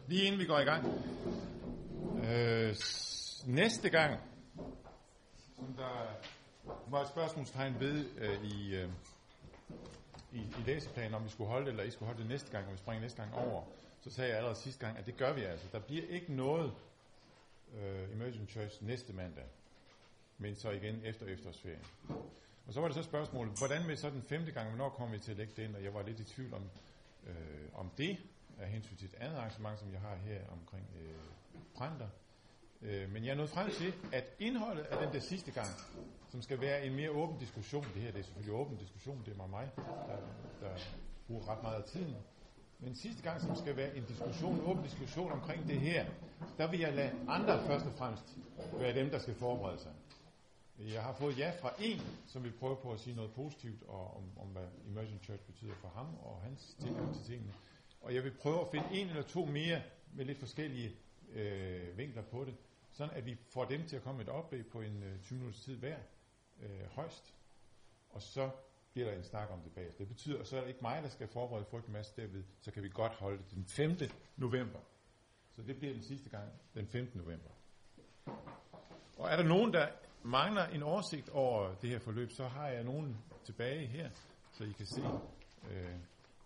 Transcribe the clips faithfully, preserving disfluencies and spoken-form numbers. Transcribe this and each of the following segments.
lige inden vi går i gang. Øh, næste gang, som der var et spørgsmålstegn ved øh, i, øh, i, i læseplanen, om vi skulle holde det, eller I skulle holde det næste gang, og vi springer næste gang over, så sagde jeg allerede sidste gang, at det gør vi altså. Der bliver ikke noget øh, Emerging Church næste mandag, men så igen efter efterårsferien. Og så var det så spørgsmålet, hvordan med så den femte gang, hvornår kommer vi til at lægge det ind, og jeg var lidt i tvivl om, øh, om det, af hensyn til et andet arrangement, som jeg har her omkring øh, Pranter. Øh, men jeg er nået frem til, at indholdet af den der sidste gang, som skal være en mere åben diskussion, det her det er selvfølgelig åben diskussion, det er mig, mig der, der bruger ret meget af tiden, men sidste gang, som skal være en diskussion, en åben diskussion omkring det her, der vil jeg lade andre først og fremmest være dem, der skal forberede sig. Jeg har fået ja fra en, som vil prøve på at sige noget positivt og om, om hvad Emerging Church betyder for ham og hans tilgang til tingene. Og jeg vil prøve at finde en eller to mere med lidt forskellige øh, vinkler på det, sådan at vi får dem til at komme et oplæg på en øh, tyve minutters tid hver, øh, højst. Og så bliver der en snak om det bagefter. Det betyder, at så er det ikke mig, der skal forberede frygtelig masse derved, så kan vi godt holde det den femte november. Så det bliver den sidste gang, den femte november. Og er der nogen, der mangler en oversigt over det her forløb, så har jeg nogen tilbage her, så I kan se. Øh,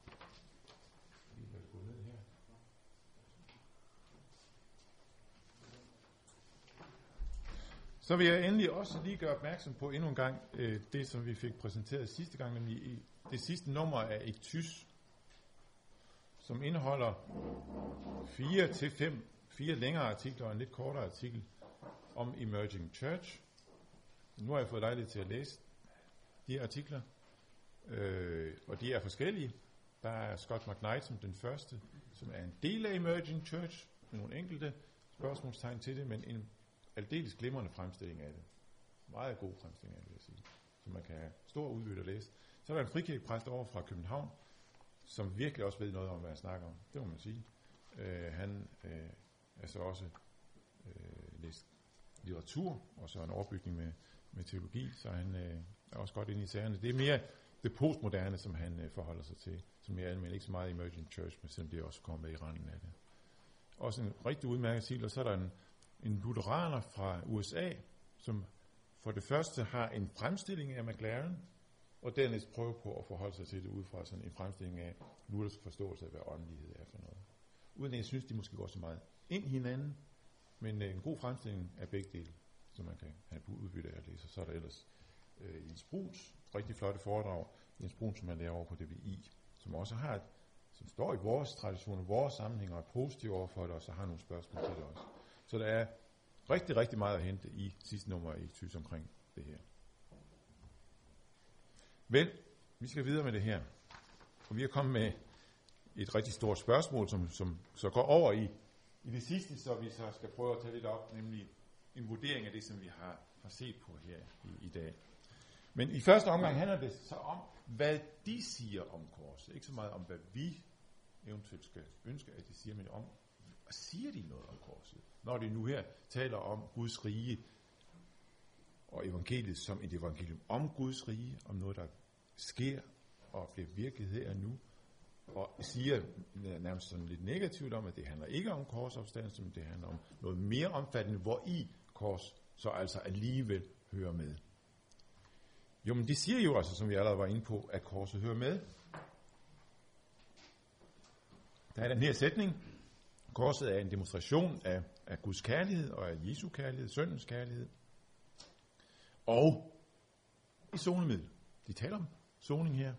Så vil jeg endelig også lige gøre opmærksom på endnu en gang øh, det, som vi fik præsenteret sidste gang, nemlig i det sidste nummer af Ektys, som indeholder fire til fem, fire længere artikler og en lidt kortere artikel om Emerging Church. Nu har jeg fået lejlighed til at læse de artikler, øh, og de er forskellige. Der er Scott McKnight som den første, som er en del af Emerging Church, med nogle enkelte spørgsmålstegn til det, men en aldeles glimrende fremstilling af det. Meget god fremstilling af det, vil jeg sige. Så man kan have stor udbytte at læse. Så er der en frikirkepræst over fra København, som virkelig også ved noget om, hvad jeg snakker om. Det må man sige. Øh, han øh, er så også øh, læst litteratur, og så en overbygning med, med teologi, så han øh, er også godt inde i sagerne. Det er mere det postmoderne, som han øh, forholder sig til, som mere almindeligt, ikke så meget Emerging Church, men selvom det også kommer med i randen af det. Også en rigtig udmærket titel, og så er der en en lutheraner fra U S A, som for det første har en fremstilling af McLaren, og dernæst prøver på at forholde sig til det ud fra sådan en fremstilling af Luthers forståelse af, hvad åndelighed er for noget. Uden at jeg synes, de måske går så meget ind i hinanden, men en god fremstilling af begge dele, som man kan have udbytte af at læse. Så er der ellers øh, Jens Bruns, rigtig flotte foredrag, Jens Bruns, som man lærer over på D B I, som også har et, som står i vores traditioner, vores sammenhæng, og er positiv over for det, og så har nogle spørgsmål til det også. Så der er rigtig, rigtig meget at hente i sidste nummer i Ektys omkring det her. Vel, vi skal videre med det her. Og vi er kommet med et rigtig stort spørgsmål, som, som så går over i, i det sidste, så vi så skal prøve at tage lidt op, nemlig en vurdering af det, som vi har, har set på her i, i dag. Men i første omgang handler det så om, hvad de siger om korset. Ikke så meget om, hvad vi eventuelt skal ønske, at de siger, men om, hvad siger de noget om korset? Når de nu her taler om Guds rige og evangeliet som et evangelium om Guds rige, om noget, der sker og bliver virkelighed her nu, og siger nærmest sådan lidt negativt om, at det handler ikke om korsopstandelsen, men det handler om noget mere omfattende, hvor i kors så altså alligevel hører med. Jo, men de siger jo altså, som vi allerede var inde på, at korset hører med. Der er den her sætning. Korset er en demonstration af, af Guds kærlighed og af Jesu kærlighed, søndens kærlighed. Og i soningsmiddel. De taler om soning her.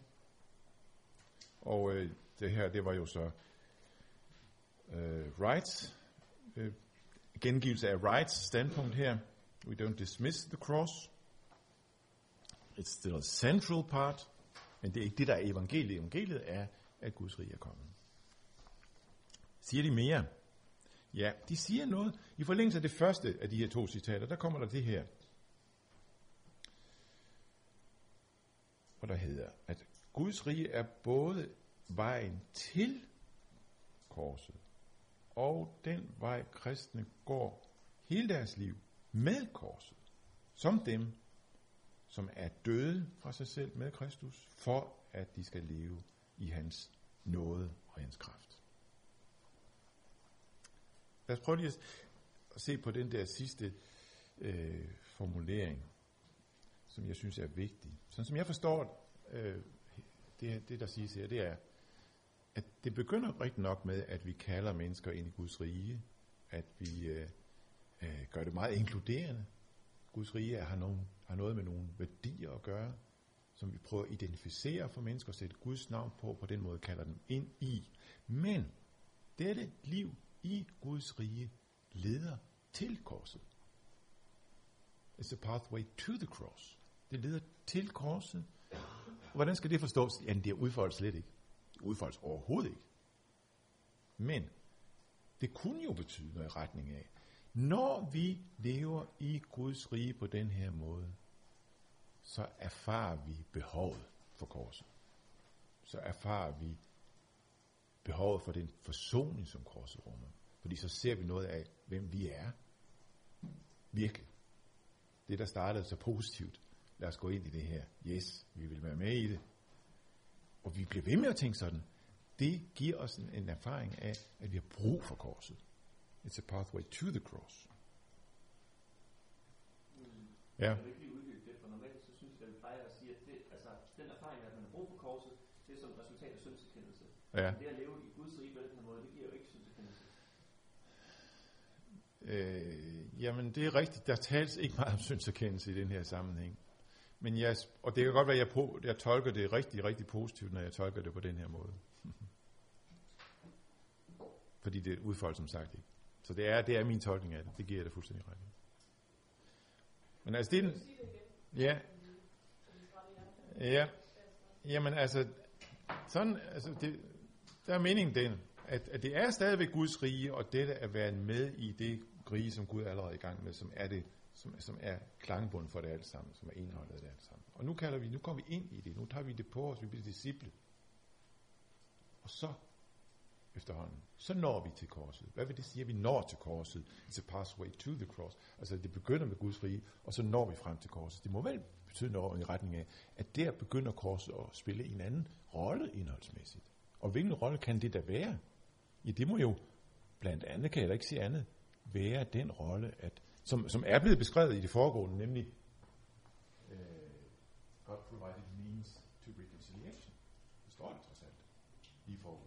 Og øh, det her, det var jo så øh, Wrights øh, gengivelse af Wrights standpunkt her. We don't dismiss the cross. It's still a central part. Men det er ikke det, der er evangeliet. Evangeliet er, at Guds rige er kommet. Siger de mere? Ja, de siger noget. I forlængelse af det første af de her to citater, der kommer der det her. Og der hedder, at Guds rige er både vejen til korset, og den vej kristne går hele deres liv med korset, som dem, som er døde fra sig selv med Kristus, for at de skal leve i hans nåde og hans kraft. lad os prøve lige at, at se på den der sidste øh, formulering, som jeg synes er vigtig. Sådan som jeg forstår øh, det, det, der siges her, det er, at det begynder rigtig nok med, at vi kalder mennesker ind i Guds rige, at vi øh, øh, gør det meget inkluderende. Guds rige har, nogen, har noget med nogle værdier at gøre, som vi prøver at identificere for mennesker, og sætte Guds navn på, på den måde kalder dem ind i. Men dette liv i Guds rige leder til korset. It's a pathway to the cross. Det leder til korset. Og hvordan skal det forstås? Ja, det udfoldes slet ikke. Det udfoldes overhovedet ikke. Men det kunne jo betyde noget i retning af, når vi lever i Guds rige på den her måde, så erfarer vi behovet for korset. Så erfarer vi behovet for den forsoning, som korset rummer. Fordi så ser vi noget af, hvem vi er. Virkelig. Det, der startede så positivt. Lad os gå ind i det her. Yes, vi vil være med i det. Og vi bliver ved med at tænke sådan. Det giver os en, en erfaring af, at vi har brug for korset. It's a pathway to the cross. Ja. Jeg vil ikke lige uddybe det, for normalt så synes jeg, at vi plejer at sige, at det, altså, den erfaring, at man har brug for korset, det er som et resultat af syndserkendelse. Ja. Det at leve i Guds rige på den her måde, det giver jo ikke syndserkendelse. Øh, jamen, det er rigtigt. Der tales ikke meget om syndserkendelse i den her sammenhæng. Men jeg, og det kan godt være, at jeg, på, jeg tolker det rigtig, rigtig positivt, når jeg tolker det på den her måde. Fordi det udfolder som sagt ikke. Så det er, det er min tolkning af det. Det giver jeg det fuldstændig ret i. Men altså det er den, ja, ja, jamen altså, sådan, altså det, der er meningen den, at, at det er stadigvæk Guds rige, og dette at være med i det rige, som Gud er allerede i gang med, som er det, som, som er klangbunden for det alt sammen, som er indholdet af det alt sammen. Og nu kalder vi, nu kommer vi ind i det, nu tager vi det på os, vi bliver disciple. Og så efterhånden, så når vi til korset. Hvad vil det sige, at vi når til korset? It's a pathway to the cross. Altså det begynder med Guds rige, og så når vi frem til korset. Det må vel betyde noget i retning af, at der begynder korset at spille en anden rolle indholdsmæssigt. Og hvilken rolle kan det da være? Ja, det må jo, blandt andet kan jeg da ikke sige andet, være den rolle, at, som, som er blevet beskrevet i det foregående, nemlig uh, God provided means to reconciliation. Det står det trods alt lige forud.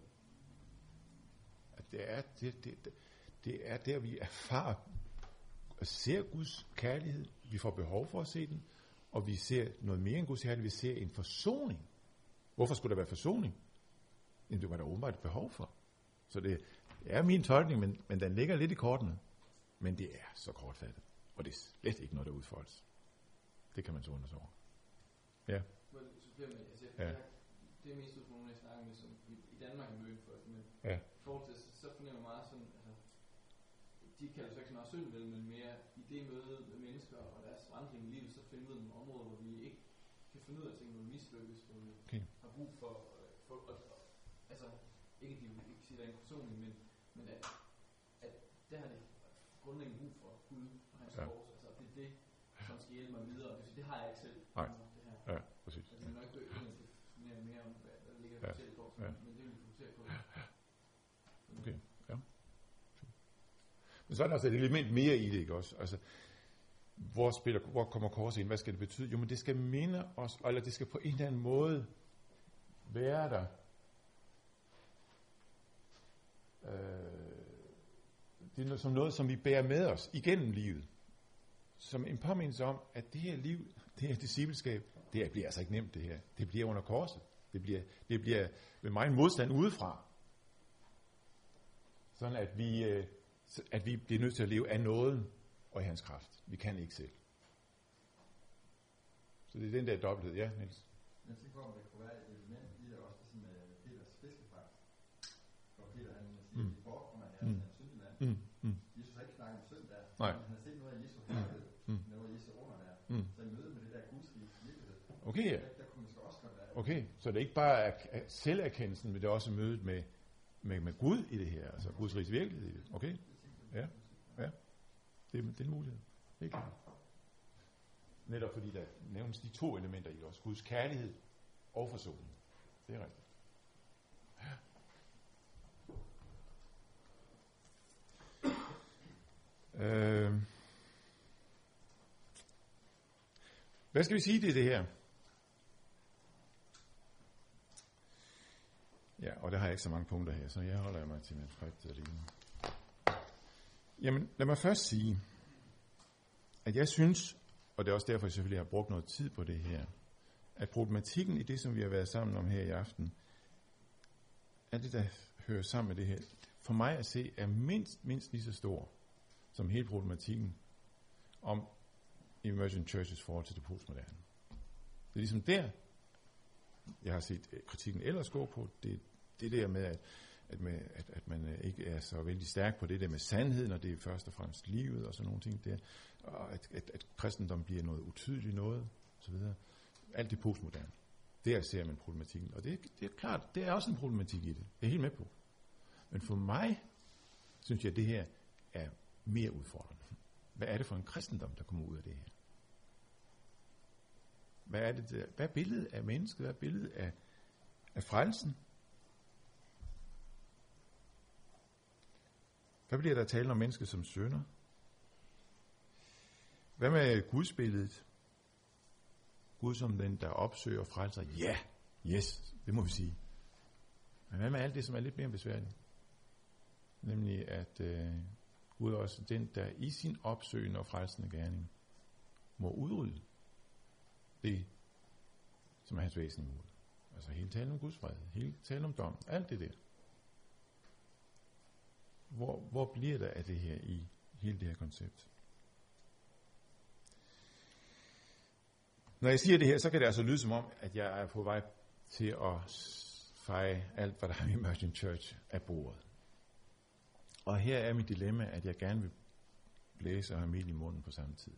Det er, det, det, det er der, vi erfarer og ser Guds kærlighed. Vi får behov for at se den, og vi ser noget mere end Guds kærlighed. Vi ser en forsoning. Hvorfor skulle der være forsoning? Jamen, det var der åbenbart et behov for. Så det er min tolkning, men, men den ligger lidt i kortene. Men det er så kortfattet, og det er slet ikke noget, der udfoldes. Det kan man så undre over. Ja. Ja. Det er mest ud fra nogle af snakker med, som i Danmark er mødt for, men ja. I forhold til, så fornemmer jeg meget sådan, altså, de kalder så ikke så meget syndvel, men mere i det møde med mennesker og deres vandring i livet, så finder vi nogle områder, hvor vi ikke kan finde ud af ting, hvor vi mislykkes, hvor vi okay. har brug for, for og, og, altså, ikke at de vil ikke sige, der er en forsoning, men, men at, at der har det grundlæggende brug for Gud og hans ja. Kors, altså det er det, som skal hjælpe mig videre, det, det har jeg ikke selv. Nej, det her. Ja, præcis. Altså, man er nok ikke mere, mere om, hvad der ligger ja. Forskellige kors, ja. Men det vil vi fokusere på. Okay, ja. Men så er der altså et element mere i det, ikke også? Altså, hvor, spiller, hvor kommer korset ind? Hvad skal det betyde? Jo, men det skal minde os, eller det skal på en eller anden måde være der. Øh, det er noget, som noget, som vi bærer med os igennem livet. Som en påmindelse om, at det her liv, det her discipleskab, det bliver altså ikke nemt det her. Det bliver under korset. Det bliver, det bliver med meget modstand udefra. Sådan at vi, at vi bliver nødt til at leve af nåden og i hans kraft. Vi kan ikke selv. Så det er den der dobbelthed. Ja, Niels? Jeg tænker på, om det kunne være et element i det også, sådan med Peters fiskefangst. For Peter, han siger, mm. i forekommer af mm. en syndemand. Mm. Mm. Jesus har ikke snakket om synd der. Nej. Han har set noget af Jesu herlighed, mm. noget af Jesu under der. Mm. Så i møde med det der gudslige virkelighed. Okay, ja. Der, der kunne man så også godt være. Okay, så det er ikke bare selverkendelsen, men det er også mødet med, med, med Gud i det her, altså Guds rigs virkelighed i det. Okay? Ja, ja. Det er, det er en mulighed. Det er klart. Netop fordi der nævnes de to elementer i os. Guds kærlighed og forsoning. Det er rigtigt. Ja. Hvad skal vi sige, det er det her? Ja, og der har jeg ikke så mange punkter her, så jeg holder mig til manuskriptet alene. Jamen, lad mig først sige, at jeg synes, og det er også derfor, jeg selvfølgelig har brugt noget tid på det her, at problematikken i det, som vi har været sammen om her i aften, er det, der hører sammen med det her, for mig at se, er mindst, mindst lige så stor, som hele problematikken om emergent churches forhold til det postmoderne. Det er ligesom der, jeg har set kritikken ellers gå på, det, det der med, at, at, med at, at man ikke er så vældig stærk på det der med sandheden, og det er først og fremmest livet og sådan nogle ting der, og at, at, at kristendom bliver noget utydeligt noget, og så videre. Alt det postmoderne. Der ser man problematikken, og det, det er klart, det er også en problematik i det. Jeg er helt med på. Men for mig, synes jeg, at det her er mere udfordrende. Hvad er det for en kristendom, der kommer ud af det her? Hvad er, det der? Hvad er billedet af mennesket? Hvad er billedet af, af frelsen? Hvad bliver der tale om mennesket som synder? Hvad med gudsbilledet? Gud som den, der opsøger og frelser? Ja, yeah. Yes, det må vi sige. Men hvad med alt det, som er lidt mere besværligt? Nemlig at øh, Gud er også den, der i sin opsøgende og frelsende gerning må udrydde det, som er hans væsen imod. Altså hele talen om Guds fred, hele talen om dom, alt det der. Hvor, hvor bliver der af det her i hele det her koncept? Når jeg siger det her, så kan det altså lyde som om, at jeg er på vej til at feje alt, hvad der er i Emergent Church af bordet. Og her er mit dilemma, at jeg gerne vil blæse og have mel i munden på samme tid.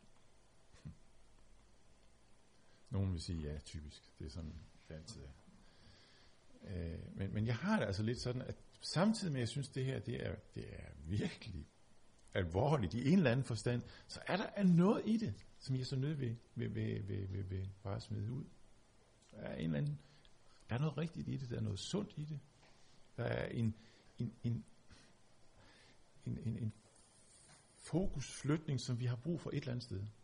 Nogen vil sige, ja, typisk. Det er sådan, det altid er. Øh, men, men jeg har det altså lidt sådan, at samtidig med, at jeg synes, det her, det er, det er virkelig alvorligt i en eller anden forstand, så er der er noget i det, som jeg er så nødt ved, ved, ved, ved, ved, ved bare at smide ud. Der er, en eller anden, der er noget rigtigt i det, der er noget sundt i det. Der er en, en, en, en, en, en fokusflytning, som vi har brug for et eller andet sted.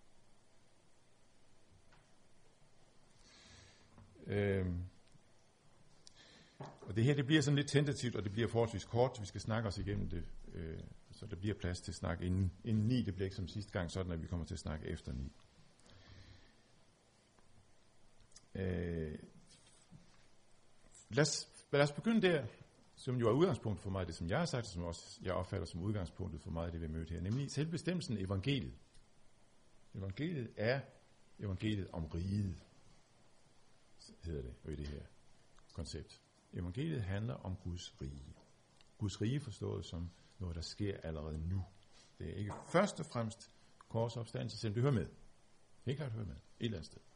Øhm. Og det her, det bliver sådan lidt tentativt, og det bliver forholdsvis kort. Vi skal snakke os igennem det, øh, så der bliver plads til at snakke inden, inden ni. Det bliver ikke som sidste gang, sådan at vi kommer til at snakke efter ni. Øh, lad, os, lad os begynde der, som jo er udgangspunkt for mig, det som jeg har sagt, og som også jeg opfatter som udgangspunktet for mig, det vi har mødt her, nemlig selvbestemmelsen evangeliet. Evangeliet er evangeliet om riget, hedder det jo i det her koncept. Evangeliet handler om Guds rige. Guds rige forstået som noget, der sker allerede nu. Det er ikke først og fremmest korsopstandelse, selvom det hører med. Helt klart hører med. Et eller andet sted.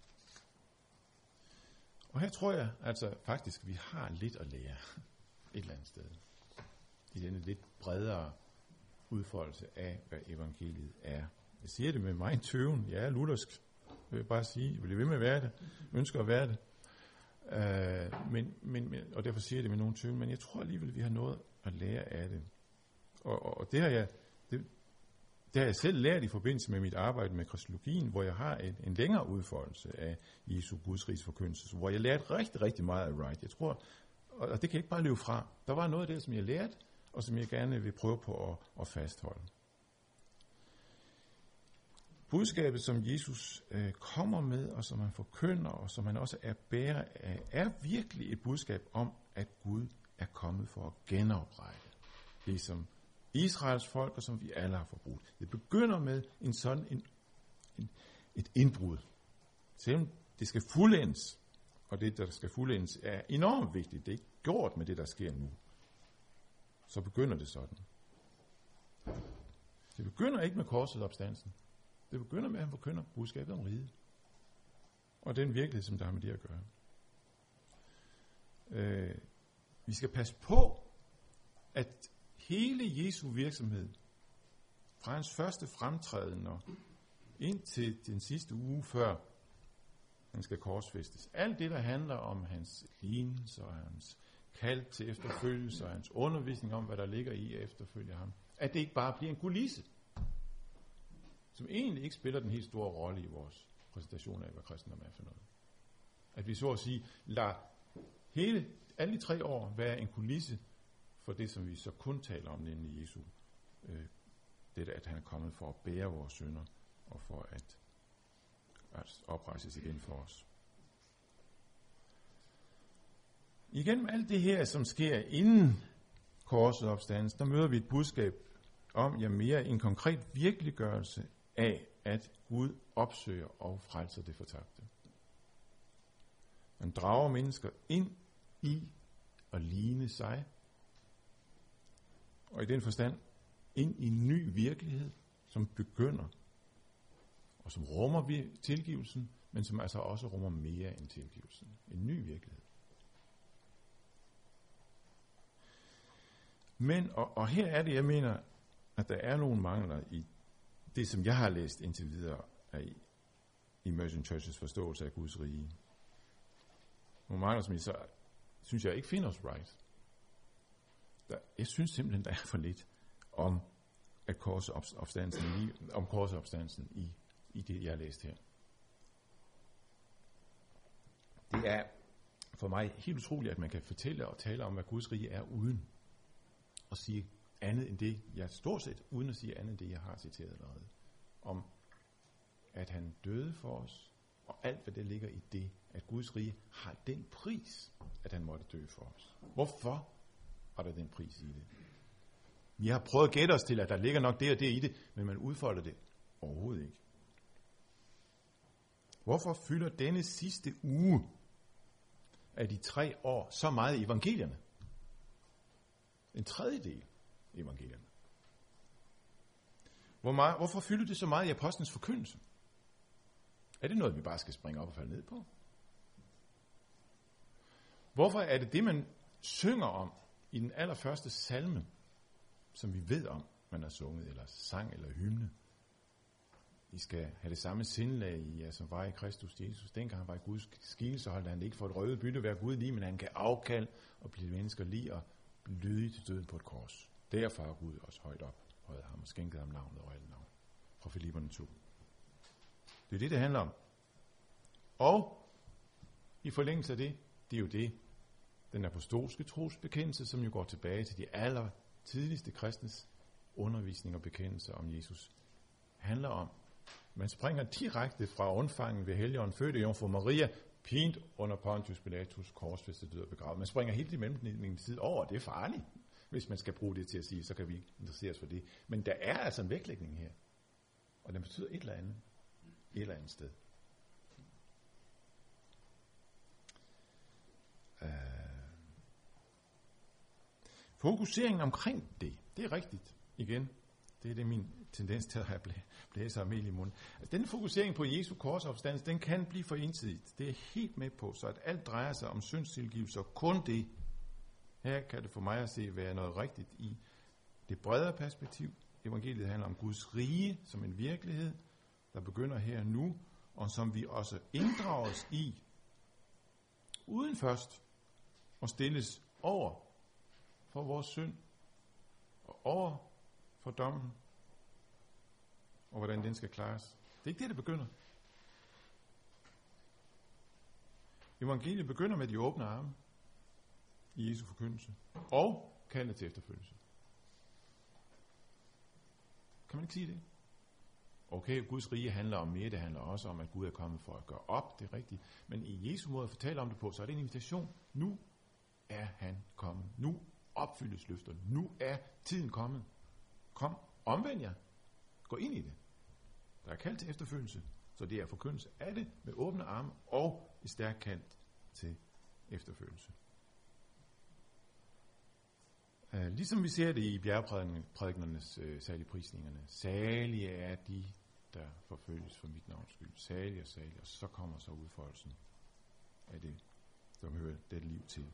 Og her tror jeg altså faktisk, at vi har lidt at lære et eller andet sted. I denne lidt bredere udfoldelse af, hvad evangeliet er. Jeg siger det med mig tøven. Jeg er luthersk. Jeg vil bare sige, jeg vil ved med at være det. Jeg ønsker at være det. Uh, men, men, og derfor siger jeg det med nogen tøven, men jeg tror alligevel, at vi har noget at lære af det. Og, og, og det, har jeg, det, det har jeg selv lært i forbindelse med mit arbejde med kristologien, hvor jeg har en, en længere udfoldelse af Jesu Guds riges forkyndelse, hvor jeg lærte rigtig, rigtig meget af Wright. Jeg tror, og, og det kan jeg ikke bare løbe fra. Der var noget af det, som jeg lærte, og som jeg gerne vil prøve på at, at fastholde. Budskabet, som Jesus øh, kommer med, og som han forkynder, og som han også er bærer af, er virkelig et budskab om, at Gud er kommet for at genoprette det, som Israels folk, og som vi alle har forbrudt. Det begynder med en sådan en, en, et indbrud. Selvom det skal fuldendes, og det, der skal fuldendes, er enormt vigtigt. Det er ikke gjort med det, der sker nu. Så begynder det sådan. Det begynder ikke med korsets opstandelsen. Det begynder med, at han forkynder budskabet om riget. Og den virkelighed, som der har med det at gøre. Øh, vi skal passe på, at hele Jesu virksomhed, fra hans første fremtræden og indtil den sidste uge før han skal korsfæstes, alt det, der handler om hans lignelse og hans kald til efterfølgelse og hans undervisning om, hvad der ligger i at efterfølge ham, at det ikke bare bliver en kulisse, som egentlig ikke spiller den helt store rolle i vores præsentation af, hvad kristendom er for noget. At vi så at sige, lader hele, alle de tre år være en kulisse for det, som vi så kun taler om, nemlig Jesu. Øh, det, at han er kommet for at bære vores synder, og for at, at oprejses igen for os. Igen alt det her, som sker inden korset opstandelse, der møder vi et budskab om, ja mere en konkret virkeliggørelse af, at Gud opsøger og frelser det fortabte. Man drager mennesker ind i at ligne sig, og i den forstand ind i en ny virkelighed, som begynder, og som rummer tilgivelsen, men som altså også rummer mere end tilgivelsen. En ny virkelighed. Men, og, og her er det, jeg mener, at der er nogle mangler i det, som jeg har læst indtil videre af Immersion Churches forståelse af Guds rige. Nogle mangler, som jeg så synes jeg ikke finder os right. Der, jeg synes simpelthen, der er for lidt om at korsopstandelsen i, om korsopstandelsen i, i det, jeg har læst her. Det er for mig helt utroligt, at man kan fortælle og tale om, hvad Guds rige er, uden at sige andet end det, jeg stort set, uden at sige andet end det, jeg har citeret allerede. Om, at han døde for os, og alt, hvad det ligger i det, at Guds rige har den pris, at han måtte dø for os. Hvorfor har der den pris i det? Vi har prøvet at gætte os til, at der ligger nok det og det i det, men man udfolder det overhovedet ikke. Hvorfor fylder denne sidste uge af de tre år så meget i evangelierne? En tredjedel i evangelierne. Hvor meget, hvorfor fylder det så meget i apostlenes forkyndelse? Er det noget, vi bare skal springe op og falde ned på? Hvorfor er det det, man synger om i den allerførste salme, som vi ved om, man har sunget, eller sang, eller hymne? I skal have det samme sindlag i jer, som var i Kristus Jesus. Dengang han var i Guds skikkelse, holdt han ikke for et røde bytte være Gud lige, men han kan afkald og blive mennesker lige og lydige til døden på et kors. Derfor har Gud også højt op, højt ham og skænket ham navnet og alle navn. Fra Filipperne to. Det er det, det handler om. Og i forlængelse af det, det er jo det, den apostolske trosbekendelse, som jo går tilbage til de aller tidligste kristnes undervisning og bekendelse om Jesus, handler om. Man springer direkte fra undfangen ved Helligånden, fødte Jomfru Maria, pint under Pontius Pilatus, korsfæstet, død og begravet. Man springer helt i mellemtiden tid over, det er farligt, hvis man skal bruge det til at sige, så kan vi ikke interessere os for det. Men der er altså en vægtlægning her, og den betyder et eller andet, et eller andet sted. Uh... Fokuseringen omkring det, det er rigtigt, igen. Det er det min tendens til at have blæ- blæser og mel i munden. Altså, denne fokusering på Jesu korsopstandelse, den kan blive for ensidigt. Det er helt med på, så at alt drejer sig om syndstilgivelse, og kun det. Her kan det for mig at se være noget rigtigt i det bredere perspektiv. Evangeliet handler om Guds rige som en virkelighed, der begynder her nu, og som vi også inddrager os i, uden først at stilles over for vores synd, og over for dommen, og hvordan den skal klares. Det er ikke det, der begynder. Evangeliet begynder med de åbne arme i Jesu forkyndelse, og kaldet til efterfølgelse. Kan man ikke sige det? Okay, Guds rige handler om mere, det handler også om, at Gud er kommet for at gøre op, det er rigtigt. Men i Jesu måde at fortælle om det på, så er det en invitation. Nu er han kommet. Nu opfyldes løfterne. Nu er tiden kommet. Kom, omvend jer. Gå ind i det. Der er kaldt til efterfølgelse, så det er forkyndelse af det med åbne arme og et stærkt kaldt til efterfølgelse. Uh, ligesom vi ser det i bjergprædikenernes uh, særlige prisningerne. Salige er de, der forfølges for mit navns skyld. Salige og salige, og så kommer så udfoldelsen af det, som hører dette liv til.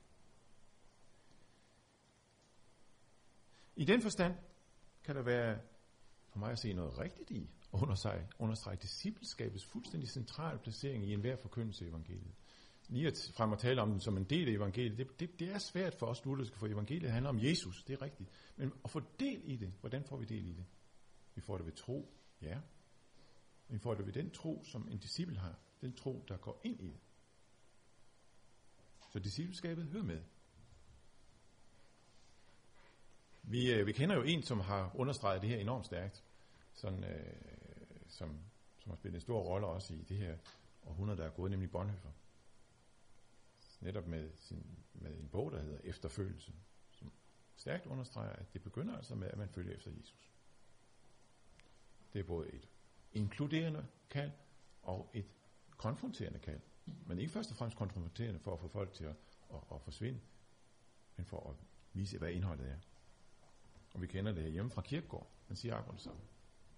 I den forstand kan der være for mig at se noget rigtigt i at understrege, understrege discipleskabets fuldstændig centrale placering i enhver forkyndelse i evangeliet. Lige at frem og tale om den som en del af evangeliet, det, det, det er svært for os lutherske, for evangeliet handler om Jesus, det er rigtigt. Men at få del i det, hvordan får vi del i det? Vi får det ved tro, ja. I får det ved den tro, som en disciple har. Den tro, der går ind i det. Så discipleskabet hører med. Vi, øh, vi kender jo en, som har understreget det her enormt stærkt, sådan, øh, som, som har spillet en stor rolle også i det her århundrede, der er gået, nemlig Bonhoeffer. Netop med, sin, med en bog, der hedder Efterfølgelse, som stærkt understreger, at det begynder altså med, at man følger efter Jesus. Det er både et inkluderende kald og et konfronterende kald. Men ikke først og fremmest konfronterende for at få folk til at, at, at forsvinde, men for at vise, hvad indholdet er. Og vi kender det her hjemme fra Kierkegaard. Han siger akkurat det samme.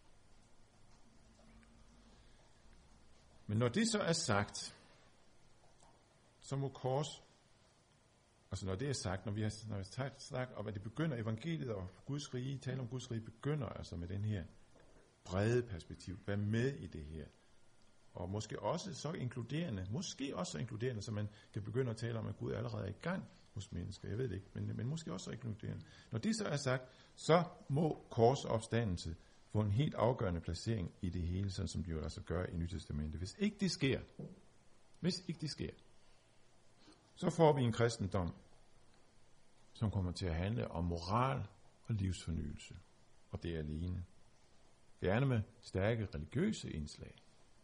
Men når det så er sagt, så må kors, altså når det er sagt, når vi har, når vi har sagt om, at det begynder, evangeliet og Guds rige, tale om Guds rige, begynder altså med den her brede perspektiv. Vær med i det her. Og måske også så inkluderende, måske også så inkluderende, så man kan begynde at tale om, at Gud allerede er i gang hos mennesker. Jeg ved det ikke, men, men måske også så inkluderende. Når det så er sagt, så må korsopstandelse få en helt afgørende placering i det hele, sådan som de jo altså gør i Nye Testamentet. Hvis ikke det sker, hvis ikke det sker, så får vi en kristendom, som kommer til at handle om moral og livsfornyelse. Og det er alene. Gerne med stærke religiøse indslag.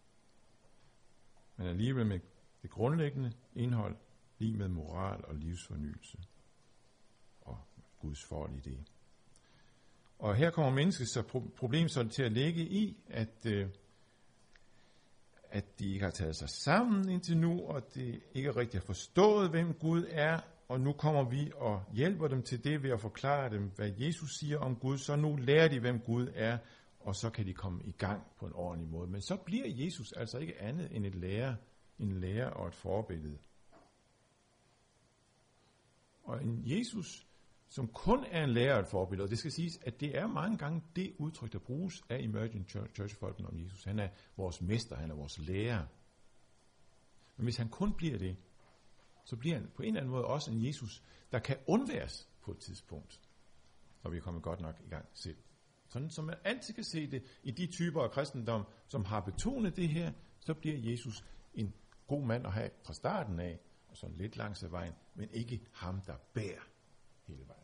Men alligevel med det grundlæggende indhold, lige med moral og livsfornyelse. Og Guds forhold i det. Og her kommer mennesket så problem så til at ligge i, at, øh, at de ikke har taget sig sammen indtil nu, og det ikke rigtig har forstået, hvem Gud er, og nu kommer vi og hjælper dem til det ved at forklare dem, hvad Jesus siger om Gud, så nu lærer de, hvem Gud er, og så kan de komme i gang på en ordentlig måde. Men så bliver Jesus altså ikke andet end et lærer, en lærer og et forbillede. Og en Jesus, som kun er en lærer og et forbillede, og det skal siges, at det er mange gange det udtryk, der bruges af Emerging Church-folken om Jesus. Han er vores mester, han er vores lærer. Men hvis han kun bliver det, så bliver han på en eller anden måde også en Jesus, der kan undværes på et tidspunkt, når vi er kommet godt nok i gang selv. Sådan som man altid kan se det i de typer af kristendom, som har betonet det her, så bliver Jesus en god mand at have fra starten af, og sådan lidt langs ad vejen, men ikke ham, der bærer hele vejen.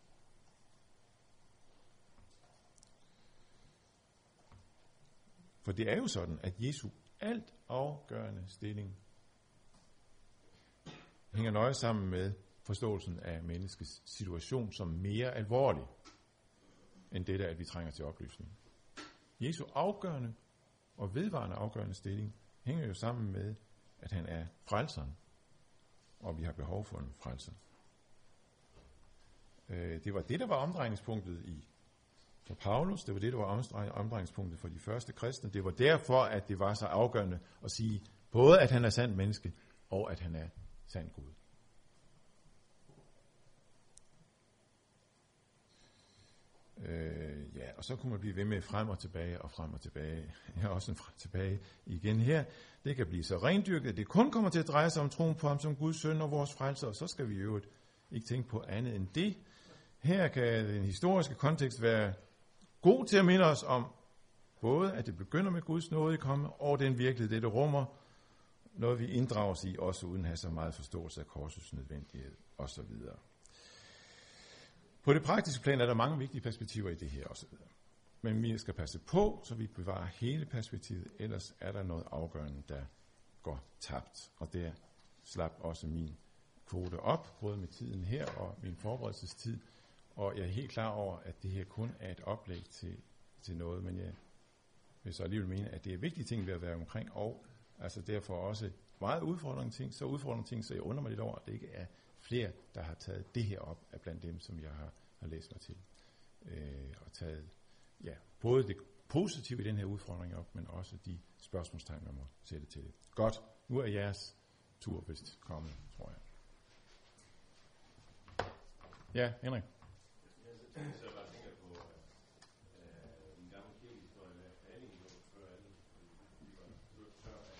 For det er jo sådan, at Jesu alt afgørende stilling hænger nøje sammen med forståelsen af menneskets situation som mere alvorlig end det der, at vi trænger til oplysning. Jesu afgørende og vedvarende afgørende stilling hænger jo sammen med, at han er frelseren, og vi har behov for en frelser. Det var det, der var omdrejningspunktet i for Paulus, det var det, der var omdrejningspunktet for de første kristne. Det var derfor, at det var så afgørende at sige, både at han er sand menneske, og at han er sand Gud. Øh, ja, og så kunne man blive ved med frem og tilbage og frem og tilbage. Jeg har også en frem tilbage igen her. Det kan blive så rendyrket, at det kun kommer til at dreje sig om troen på ham som Guds søn og vores frelser, og så skal vi jo ikke tænke på andet end det. Her kan den historiske kontekst være god til at minde os om, både at det begynder med Guds nåde i komme, og den virkelighed, det, det rummer, noget vi inddrages i, også uden at have så meget forståelse af korsets nødvendighed, osv. På det praktiske plan er der mange vigtige perspektiver i det her, osv. Men vi skal passe på, så vi bevarer hele perspektivet, ellers er der noget afgørende, der går tabt. Og der slap også min kvote op, både med tiden her og min forberedelsestid. Og jeg er helt klar over, at det her kun er et oplæg til, til noget, men jeg vil så alligevel mene, at det er vigtige ting ved at være omkring, og altså derfor også meget udfordrende ting, så udfordrende ting, så jeg undrer mig lidt over, at det ikke er flere, der har taget det her op af blandt dem, som jeg har, har læst mig til. Øh, og taget ja, både det positive i den her udfordring op, men også de spørgsmålstegn, man må sætte til det. Godt, nu er jeres tur vist kommet, tror jeg. Ja, Henrik. Så jeg bare tænker på øh, en gammel kirkehistorie med Fanning, hvor før alle vi var tør af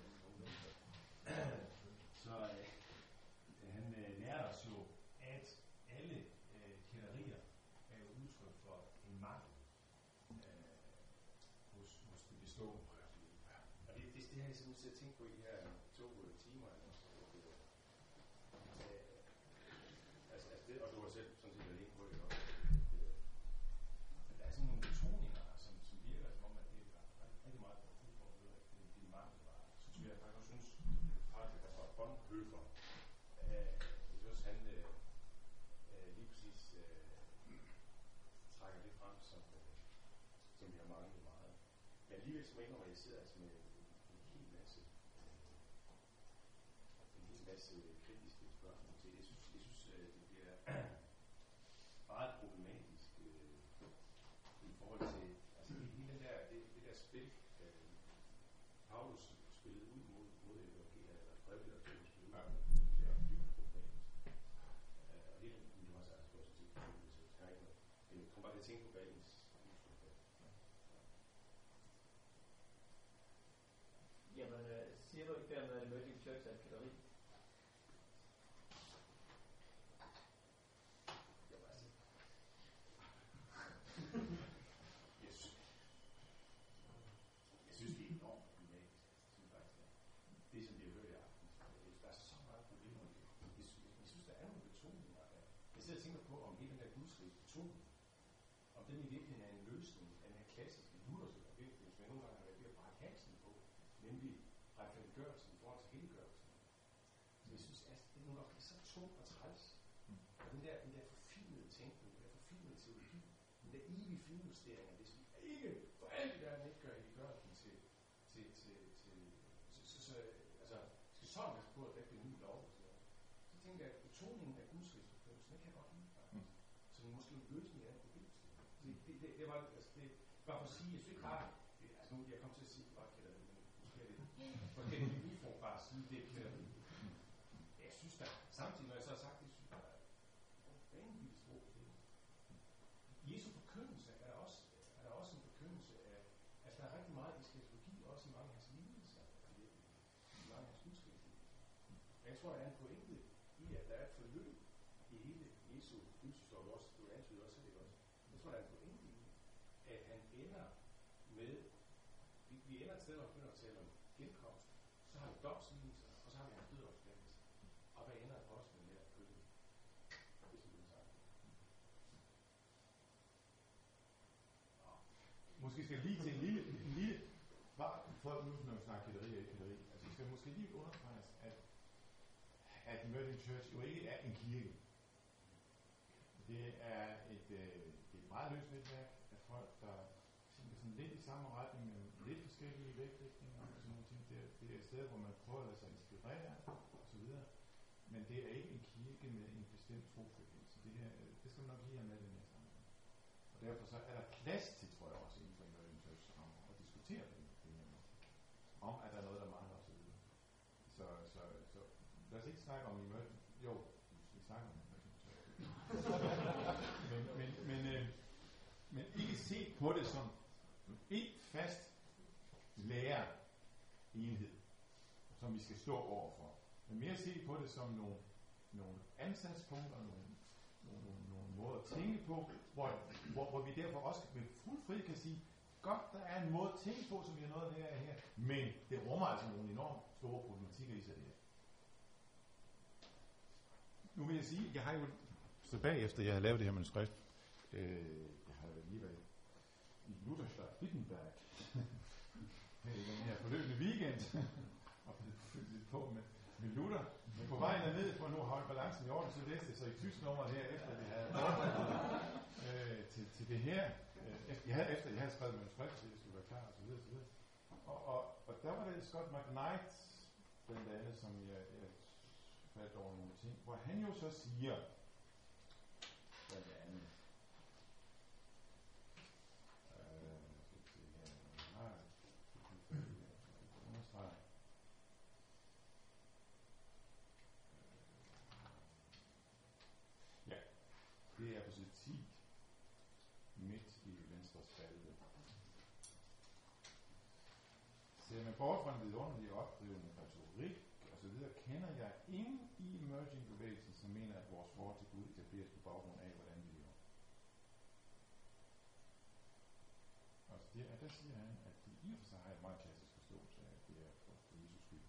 så øh, han øh, lærte os jo, at alle øh, kætterier er jo udtryk for en mangel øh, hos, hos det bestående. det har jeg simpelthen til at tænke på i de her to øh, timer. Eller så, øh, altså, altså det, og du har selv sådan set været inde på det også. Øh, der er sådan nogle betoninger, som, som virker som om, at det er rigtig meget for brug for at høre, at det, det er mangel var. Så synes jeg faktisk også synes, faktisk altså Bonhoeffer, øh, jeg synes også, han øh, øh, lige præcis øh, trækker det frem, som, øh, som vi har manglet meget. Men alligevel så mener jeg, sidder altså med en hel masse en hel masse kritiske spørgsmål til. Jeg synes, jeg synes øh, det bliver meget problematisk øh, i forhold til altså hele den der, det, det der spil, øh, Paulus spillede ud mod, mod evangeliet, eller brevlitteratur spillede ud mod det, det er dybt problematisk. Øh, og det er det også altså også til, så jeg har ikke noget. Men jeg kommer bare til at tænke på Balens udtryk. Jamen, øh, siger du ikke dermed, at Emerging Church er et kætteri? Jamen altså, jeg synes, jeg synes det er enormt problematisk. Jeg synes faktisk, at det som vi har hørt i aften, der er så meget problemer i det. Jeg synes, jeg synes der er nogle betoninger af. Jeg sidder og tænker på, om hele den der gudsrigs betoning, om den i virkeligheden er en løsning af den her klassiske lutherske problemstilling, som jeg nogle gange har været ved at brække halsen på, nemlig retfærdiggørelsen i forhold til helliggørelsen. Så jeg synes, at det nogle gange er så tungt og træls. Og den der, den der forfinede tænkning, den der forfinede teologi, den der evige finjustering af det, som ikke for alt i verden ikke gør helliggørelsen til, til, til, til, så, så, så, altså, skal sådan passe på, at der bliver en ny lov og sådan noget. Så tænker jeg, at betoningen af gudsrigsforfølgelsen, det kan jeg godt lide faktisk. Så det er måske en løsning af en problemstilling. Det, det, det, det, var, altså, det, bare for at sige, jeg synes ikke bare, det, altså nu, jeg kom til at sige, det var kætteri, men måske er det forkert i form bare at sige, det er kætteri. Jeg synes da, samtidig når jeg så har sagt det, synes jeg, der er vanvittigt stor problem. Jesu forkyndelse er der også, er der også en forkyndelse af, altså der er rigtig meget eskatologi også i mange af hans lidelser, i mange af hans gudsrigslidelser. Jeg tror, der er en pointe i, at der er et forløb i hele Jesu livshistorie, også, du antyder også, det også. Jeg tror, der er en pointe i, at han ender med, vi, vi ender et sted, hvor vi begynder at tale om genkomst, så har vi domslidelser, og så har vi hans død opstandelse. Og hvad ender apostlen med at følge? Hvis vi vil sagt. Måske skal jeg lige til en lille, en lille bare for nu, når vi snakker kætteri og ikke kætteri, altså skal måske lige understreges, at, at Emerging Church jo ikke er en kirke. Det er et, øh, et meget løst netværk af folk, der tænker sådan lidt i samme retning, men lidt forskellige vægtlægninger og sådan nogle ting. Det er, det er et sted, hvor man prøver at lade sig inspirere og så videre. Men det er ikke en kirke med en bestemt trosretning. Så det her, det skal man nok lige have med i den her sammenhæng. Og derfor så er der plads til, tror jeg også, inden for Emerging Church om at diskutere det, det her med. Om at der er noget, der mangler og så videre. Så, så, så lad os ikke snakke om Emerging. Jo, vi snakker om Emerging Church. men, men, men, øh, men ikke se på det som en fast lærer enhed, som vi skal stå overfor. Men mere se på det som nogle, nogle ansatspunkter, nogle, nogle, nogle, nogle måder at tænke på, hvor, hvor, hvor vi derfor også med fuld fri kan sige, godt, der er en måde at tænke på, som vi har noget at lære af her, men det rummer altså nogle enormt store problematikker i sig det her. Nu vil jeg sige, jeg har jo så bagefter, jeg har lavet det her manuskript, øh, jeg har jo lige været i Lutherstadt Wittenberg her i den her forløbende weekend og fyldt lidt på med, med Luther. Men på vejen derned, for nu at holde balancen i orden, så læste jeg så i tysk nummer her, efter vi havde forberedt øh, til, til det her. Øh, jeg havde, efter jeg havde skrevet manuskript, så det skulle være klar og så videre, så videre. Og, og, og der var det Scott McKnight, blandt andet, som jeg, jeg faldt over nogle ting, hvor han jo så siger, blandt andet, det er på side ti, midt i venstre spalte. Ser man bort fra en vidunderlig opdrivende retorik og så videre, kender jeg ingen i emerging-bevægelsen, som mener, at vores forhold til Gud etableres på baggrund af, hvordan vi lever. Og det, der siger han, at de i og for sig har en meget klassisk forståelse af, at det er på livsudskyldig.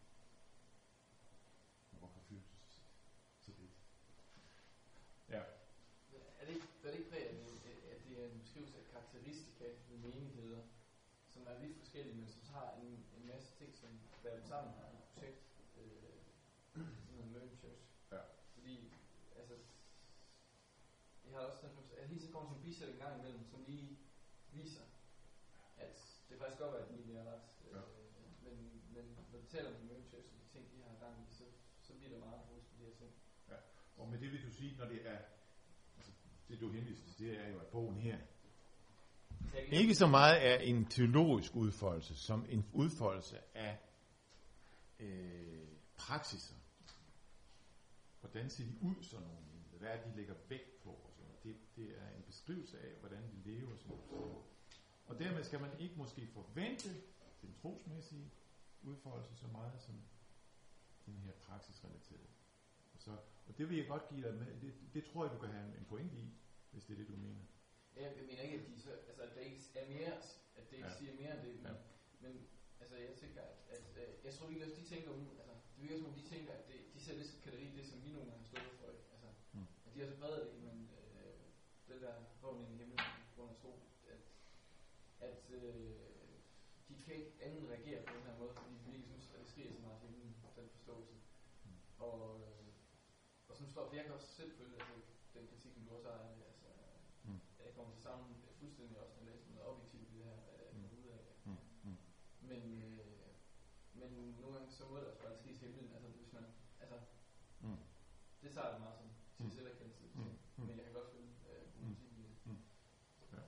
Og hvorfor føler du så, så lidt? Ja. Er det ikke, er det ikke præget, at det, at det er en beskrivelse af karakteristika ved menigheder, som er vidt forskellige, men som har en, en masse ting, som bærer dem sammen i et projekt, øh, sådan en Møn Church. Ja. Fordi, altså, jeg har også den fornemmelse, at hele tiden kommer sådan en bisæt en gang imellem, som lige viser, at det faktisk godt være, at de er ret. Øh, ja. men, men når vi taler om Møn Church, og de ting, de har gang i, så, så bliver det meget fokus på de her ting. Ja. Og med det vil du sige, når det er, altså det du henviser til, det er jo, at bogen her ikke så meget er en teologisk udfoldelse, som en udfoldelse af øh, praksiser. Hvordan ser de ud, sådan nogle? Hvad er det, de lægger vægt på? Og sådan. Det, det er en beskrivelse af, hvordan de lever. Sådan noget. Og dermed skal man ikke måske forvente den trosmæssige udfoldelse så meget som den her praksisrelaterede. Og, så, og det vil jeg godt give dig med. Det, det tror jeg, du kan have en pointe i, hvis det er det, du mener. Ja, jeg mener ikke, at, de så, altså, at det ikke er mere, at det ikke ja. siger mere end det, men, ja. men altså, jeg tænker, at, at, at jeg tror ikke, at de tænker, altså, det virker som om de tænker, at det, de ser det som kategori, det som vi nogle gange har stået for, ikke? Altså, mm. at de har så bredt det, men øh, det der vågen ind i himlen, grund af tro, at, at øh, de kan ikke anden reagere på den her måde, fordi de virkelig synes, at det skriger så meget til himlen, den forståelse. Mm. Og, øh, og som står, jeg kan også selv følge, altså, den kritik, du også har, altså, mm. jeg kommer til sammen fuldstændig også, når jeg læser noget objektivt i det her, mm. ud af. Mm. Mm. Men, øh, men nogle gange så må det også bare ske til himlen, altså hvis man, altså, mm. det tager det meget som til mm. selverkendelse, mm. mm. men jeg kan godt følge øh, politik i det. Mm. Ja.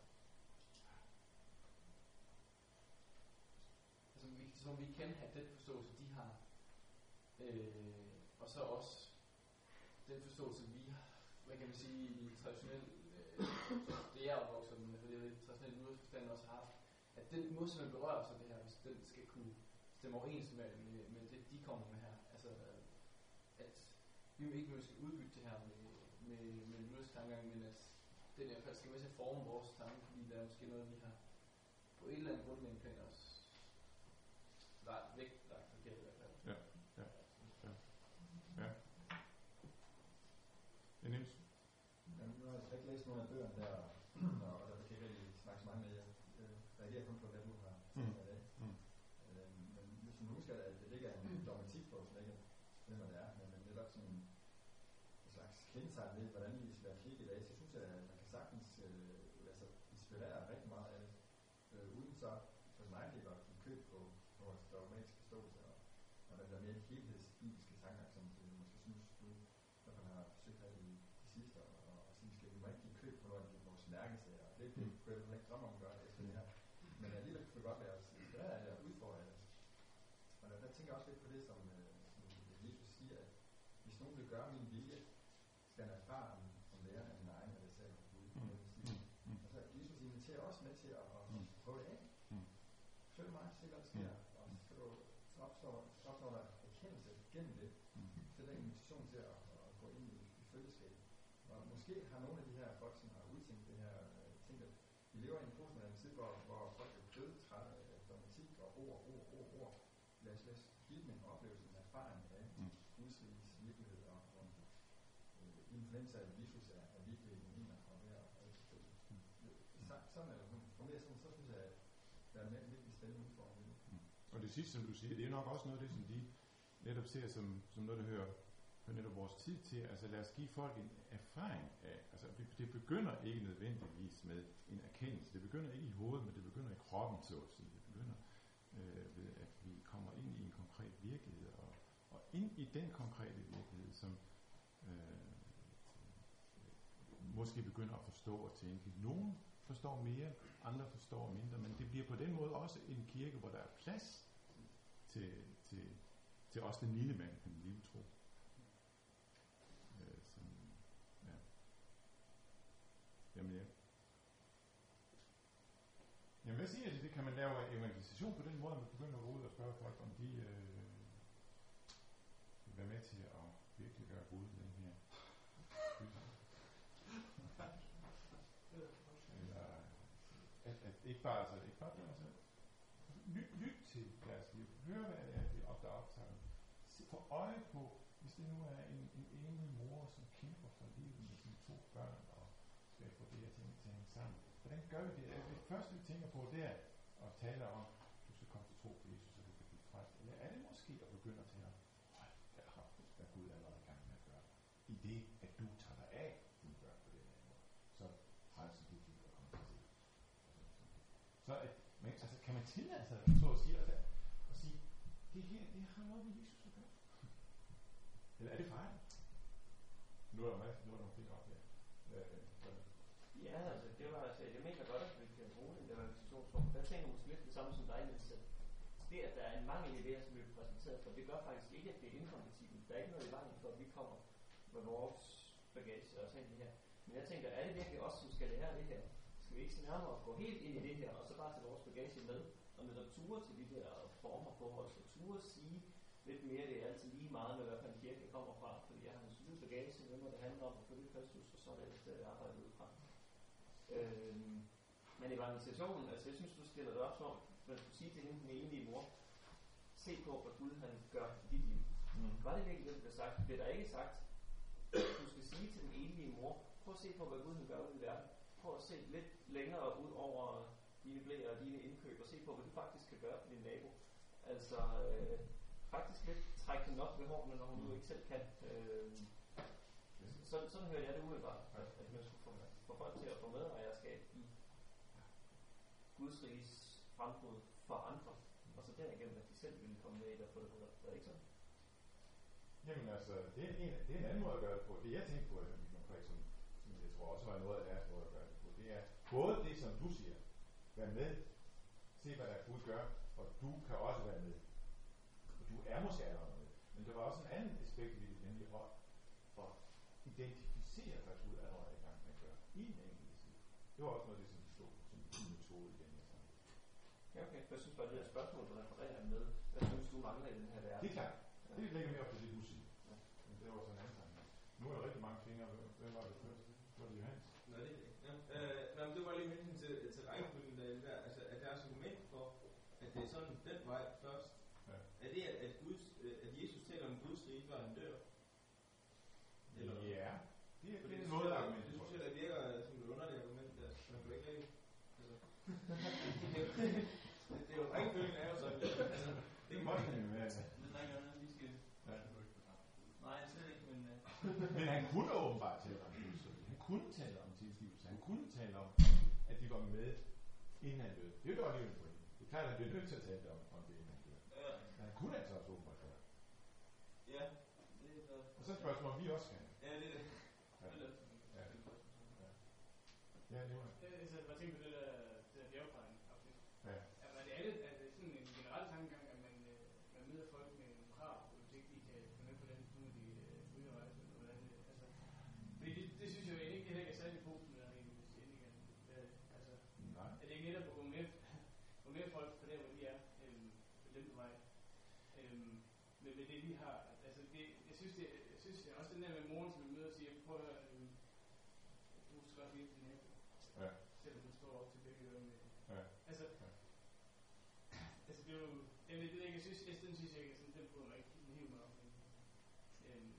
Altså, vi, som vi kan have den forståelse, de har, øh, og så også den forståelse, vi har, hvad kan man sige, i traditionel, øh, det er opvokset med, fordi det er traditionelt nordforstand også har haft, at den må simpelthen berøre sig det her, hvis den skal kunne stemme overens med, med, med det, de kommer med her. Altså, at vi jo ikke nødt skal udbytte det her med, med, med lyrisk tankegang, men at den i hvert fald skal med til at forme vores tanke, fordi der er måske noget, vi har på et eller andet grundlæggende plan også lagt væk, lagt forkert i hvert fald. Ja, ja, ja. Ja. Det er nemt. Jamen, nu har jeg ikke læst nogle af bøgerne der, og der kan jeg ikke snakke så meget med jer. Jeg reagerer kun på det, du har sagt i dag. Mm. Øh, men hvis man husker, at det ligger en dogmatik på, så ikke ved, hvad det er, men netop sådan en slags kendetegn ved, hvordan vi skal være kirke i dag, så synes jeg, at man kan sagtens øh, lade sig inspirere rigtig meget af det, øh, uden så for sin egen del at give køb på vores dogmatiske forståelse, og, og den der mere helhedsbibelske tanker, som du måske synes, du når man har forsøgt her i de sidste år, og, og sige, skal vi må ikke give køb på noget af vores mærkesager, og det, det kunne jeg ikke drømme om at gøre efter det her. Men alligevel kunne vi godt være inspireret af det og udfordre det. Og der, der tænker jeg også lidt på det, som, øh, som Jesus siger, at hvis nogen vil gøre min vilje, skal han erfare om, om lærer af sin egen, hvad det selv Gud. Mm. Altså, Jesus inviterer også med til at, at mm. prøve det af. Mm. Følg mig, se hvad der sker, mm. og så kan du opstå, opstå der erkendelse gennem det. Mm. Det er den invitation til at, at gå ind i, i følgeskab. Og måske har nogle af de her folk, som har udtænkt det her, øh, tænkt, at vi lever i en postmoderne tid, hvor, hvor folk er døde trætte af dogmatik og ord, ord, ord, ord. Lad os, lad os give dem en oplevelse, en erfaring af mm. Guds riges virkelighed, og, og øh, i en fornemmelse af, at Jesus er, er virkelig en ener og hver og efterfølgelse. Mm. Så, sådan er det. For mere sådan, så synes jeg, at der er en virkelig spændende udfordring. Mm. Og det sidste, som du siger, det er nok også noget af det, som de netop ser som, som noget, der hører hører netop vores tid til. Altså lad os give folk en erfaring af, altså det begynder ikke nødvendigvis med en erkendelse. Det begynder ikke i hovedet, men det begynder i kroppen, så at sige. Det begynder øh, ved, at vi kommer ind i en konkret virkelighed, og, og ind i den konkrete virkelighed, som øh, måske begynder at forstå og tænke. Nogle forstår mere, andre forstår mindre, men det bliver på den måde også en kirke, hvor der er plads til, til, til også den lille mand, den lille tro. Øh, som, ja. Jamen ja. Jamen hvad siger det? Det kan man lave evangelisation på den måde, at man begynder at gå ud og spørge folk, om de øh, vil være med til at virkelig gøre Gud den her. Eller at, at ikke bare altså, ikke bare altså, lyt, lyt til deres liv, hør hvad det er, de oplever. ofte optager, få øje på, hvis det nu er en, en enlig mor, som kæmper for livet med sine to børn, og skal få det her ting til at hænge sammen. Hvordan gør vi det? Det første, vi tænker på, det er at tale om, du skal komme til tro på Jesus, så du kan blive frelst. Eller er det måske at begynde at tale om, hvad har hvad Gud allerede i gang med at gøre? I det, at du tager dig af dine børn på den her måde, så frelser dit liv og kommer til. Så at, men, altså, kan man tillade sig så at sige, altså, at sige, det her, det har noget med Jesus at gøre? Eller er det fejl? Nu er der, nu er der nogle ting op her. Ja, altså, det var, altså, jeg mener godt, at vi kan bruge den der organisationsform. Der tænker måske lidt det samme som dig, Niels. Det, at der er en mangel i det her, som vi har præsenteret for, det gør faktisk ikke, at det er inkompatibelt. Der er ikke noget i vejen for, at vi kommer med vores bagage og sådan det her. Men jeg tænker, er det virkelig os, som skal lære det her? Skal vi ikke se nærmere gå helt ind i det her, og så bare tage vores bagage med, og netop ture til de der former på os, og ture at sige lidt mere, det er altid lige meget med, hvad for en kirke kommer fra, fordi jeg har en solid bagage, hvem det handler om at følge Kristus, og så er det et sted, jeg arbejder ud fra. Øhm, men evangelisationen, altså jeg synes, du stiller det op som, man skulle sige til hende, den enlige mor, se på, hvad Gud han gør i dit liv. Mm. Var det virkelig det, der blev sagt? Det er der ikke sagt. Du skal sige til den enlige mor, prøv at se på, hvad Gud han gør ude i verden. Prøv at se lidt længere ud over dine blæer og dine indkøb, og se på, hvad du faktisk kan gøre for din nabo. Altså, øh, faktisk lidt trække den op ved hårene, når hun nu ikke selv kan. Øh, sådan, sådan hører jeg det umiddelbart, at, at man skulle få, få folk til at få medejerskab i Guds riges frembrud for andre, og så derigennem, at de selv ville komme med i det og få det bedre. Er det ikke sådan? Jamen altså, det er, en, det er en anden måde at gøre det på. Det jeg tænkte på, konkret, som, som jeg tror også var noget af deres måde at gøre det på, det er både det, som du siger, vær med, se hvad der Gud gør, og du kan også være med. Og du er måske allerede med. Men der var også en anden aspekt i det, nemlig at, at identificere, hvad Gud allerede er i gang med at gøre i en enkelt side. Det var også noget af det, som stod som en metode i den her sammenhæng. Ja, okay. Jeg synes bare, det der spørgsmål, du refererer med, hvad synes du mangler i den her verden? Det er klart. Ja. Det ligger mere op på det, du siger. Ja. Men det var sådan en anden sammenhæng. Nu er der rigtig mange fingre. Hvem var det først? Var det Johannes? Nej, det er det. Ja. Øh, nej, men det var lige med hensyn til, til rækkefølgen der, altså at der er argument for, at det er sådan den vej først. Ja. Er det, at, at, Guds, at Jesus taler om Guds rige, før han dør? Eller? Ja, det er, det er det, noget det, argument. Det synes jeg, der virker som et underligt argument der. Man kan ikke lave. Altså, det, det er jo rækkefølgen er jo sådan. Altså, det er godt, han jo være. Det er ikke andet, vi skal... Ja. Nej, slet ikke, men... Uh... men han kunne åbenbart tale om Guds rige. Han kunne tale om tilgivelse. Han kunne tale om, at de var med, inden han døde. Det er jo alligevel en pointe. Det er klart, at han bliver nødt til at tale om, om det, inden han døde. Ja. Men han kunne altså også åbenbart gøre. Ja. Det er så... Og så er spørgsmålet, om vi også kan. Ja, det er det. Ja. Ja. Ja, det var det. Jeg bare tænker på det der, det der bjergprægen-afsnit. Ja. Er det alle, er det sådan en generel tankegang, at man, man møder folk med nogle krav, hvis ikke de kan komme med på den, nu er de øh, ude at rejse, eller hvordan det, altså, fordi det, det synes jeg jo egentlig ikke, ikke er særlig positivt, når man hvis endelig kan, altså, nej. Er det ikke netop at gå med, gå med folk på der, hvor de er, øhm, på den vej, øhm, med, med det vi har, altså, det, jeg synes, det, jeg synes det er også den der med moren, som vi møder og siger, prøv at høre, øhm, du skal også hjælpe din nabo. Ja. Selvom du står op til begge ører med. Ja. Altså, ja. altså det er jo, jeg ved ikke, jeg synes, jeg synes, synes jeg ikke, sådan, den bryder mig ikke helt mig op. Men, øhm,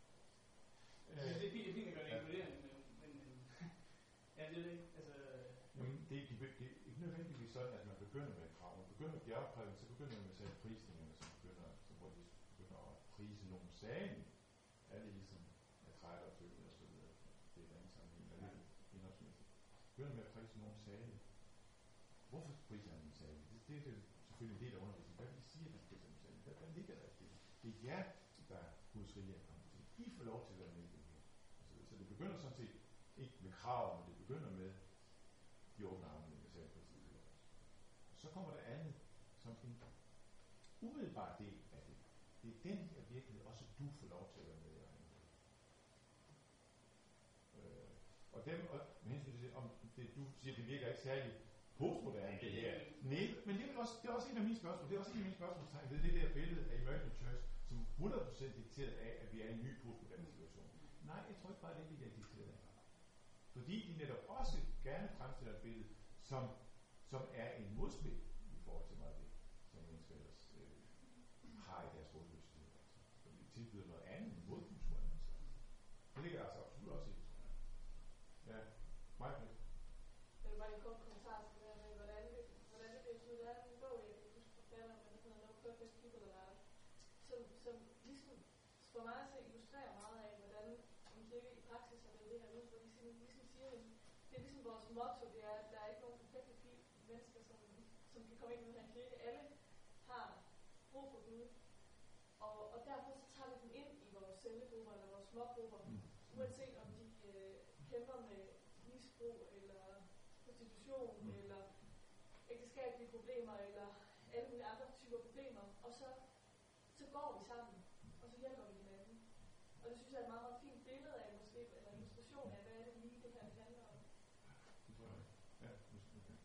jeg synes, det er fint, det er fint at gøre det inkluderende, men, men øhm, ja, det er det ikke, altså... Jamen, det, det, det er ikke nødvendigvis sådan, at man begynder med krav. Man begynder med bjergprædiken, så begynder man med at sætte prisningerne, som begynder, så hvor de begynder at prise nogle sagen. Er det ligesom at træde og følge og så videre. Det er en anden sammenhæng, der er lidt indholdsmæssigt. Begynder med at prise nogle sager. Hvorfor priser han en sag? Det, det er det selvfølgelig en del af undervisningen. Hvad vil I sige, at man priser en sag? Hvad, hvad ligger der i det? Det er jer, der Guds rige er kommet til. I får lov til at være med i det her. Altså, så det begynder sådan set ikke med krav, men det begynder med de åbne arme, jeg sagde på tidligere. Så kommer der andet som en umiddelbar del af det. Det er den her virkelighed, også du får lov til at være med i egen. Øh, og dem, og med hensyn til det, om det, du siger, det virker ikke særlig postmoderne, det her. Nej, men det er, også, det er også en af mine spørgsmål. Det er også en af mine spørgsmålstegn ved det der billede af Emergent Church, som hundrede procent dikteret af, at vi er i en ny postmoderne situation. Nej, jeg tror ikke bare, det er det, vi er dikteret af. Fordi de netop også gerne fremstiller et billede, som, som er en modspil i forhold til meget det, som mennesker ellers øh, har i deres betyder noget andet end modkulturel. Det ligger altså absolut også i. Ja, meget lidt. Det er bare en kort kommentar til det med, hvordan det, hvordan det bliver tydet. Der er en bog, jeg kan huske forfatteren, der hedder No Perfect People Allowed, som, som ligesom for mig at se illustrerer meget af, hvordan en kirke i praksis har med det her ud, hvor de ligesom, ligesom siger, at det er ligesom vores motto, det er, at der er ikke nogen perfekte mennesker, som, som kan komme ind i den her kirke. Alle har brug for Gud, og, og derfor så tager vi dem ind i vores cellegrupper eller vores smågrupper, mm. uanset om de øh, kæmper med misbrug eller prostitution mm. eller ægteskabelige problemer eller alle mulige andre typer problemer, og så, så går vi sammen, og så hjælper vi hinanden. Og det synes jeg er et meget, meget fint billede af, måske, eller illustration af, hvad er det lige det her det handler om. Ja, okay.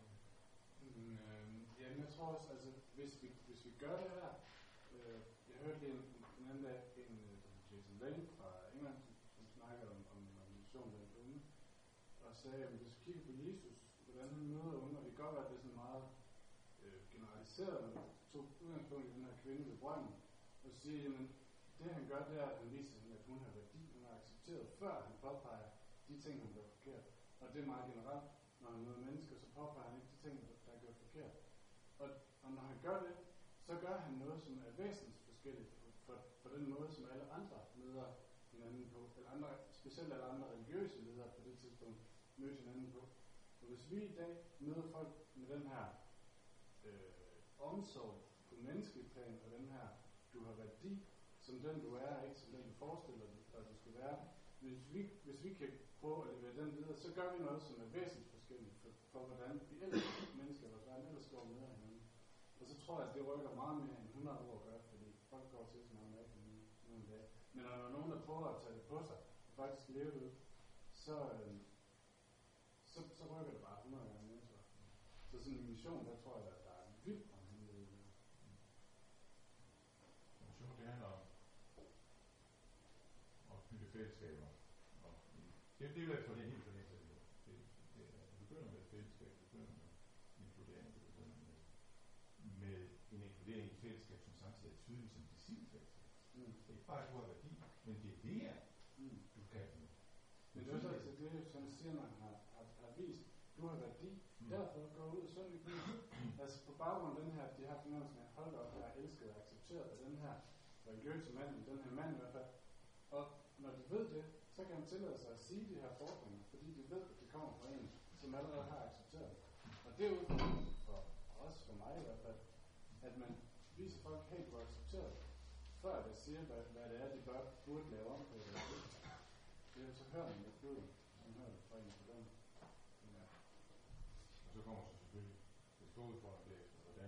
Mm, øh, jamen jeg tror også, altså hvis vi, hvis vi gør det her, øh, jeg hørte lige en, en anden dag, en uh, Jason Lane fra England, som, som snakkede om, om organisation blandt unge, og sagde, at hvis vi kigger på Jesus, hvordan han møder unge, og det kan godt være, at det er sådan meget øh, generaliseret, men tog udgangspunkt i den her kvinde ved brønden, og siger, jamen det han gør, det er, at han viser hende, at hun har værdi, hun har accepteret, før han påpeger de ting, hun gør forkert. Og det er meget generelt. Når han møder mennesker, så påpeger han ikke de ting, der er gjort forkert. Og, og når han gør det, så gør han noget, som er væsentligt forskelligt for, for den måde, som alle andre møder hinanden på. Eller andre, specielt alle andre religiøse ledere på det tidspunkt møder hinanden på. Og hvis vi i dag møder folk med den her øh, omsorg på menneskelig plan, og den her, du har værdi, som den du er, ikke som den du forestiller dig, at du skal være. Hvis vi, hvis vi kan prøve at levere den videre, så gør vi noget, som er væsentligt forskelligt for, for hvordan vi ellers mennesker, vores verden ellers går med hinanden. Og så tror jeg, at det rykker meget mere end hundrede år at gøre, fordi folk går til så meget mærke nu nogle dage. Men når der er nogen, der prøver at tage det på sig, og faktisk leve det ud, så, øh, så, så rykker det bare hundrede gange mere. Så, så sådan en mission, der tror jeg, at der er vildt mange hemmeligheder i det. Mission, det handler om at bygge fællesskaber. Og det, det er jo for det helt for det. Det, det, det begynder med et fællesskab, det begynder med inkludering, det begynder med, med en inkludering i fællesskab, som samtidig er tydelig som disciplefællesskab. Mm. Det er ikke bare, at du har værdi, men det er det, mm. du kan. Men det er også altså det, som siger, man har, har, har vist, du har værdi, mm. derfor går ud og synd i byen. Altså på baggrund af den her, de har fornemmelsen af, hold op, jeg er elsket og accepteret af den her religiøse mand, den her mand i hvert fald. Og når de ved det, så kan man tillade sig at sige de her fordringer, fordi de ved, at det kommer fra en, som allerede har accepteret. Og det er udfordringen for os, for mig i hvert fald, at man viser folk, hey, du har accepteret, før det siger, hvad, hvad det er, de bør, burde lave om på. Det er jo så hører man ikke blodet, som hører det fra en på den. Ja. Og så kommer så selvfølgelig det store udfordring efter, hvordan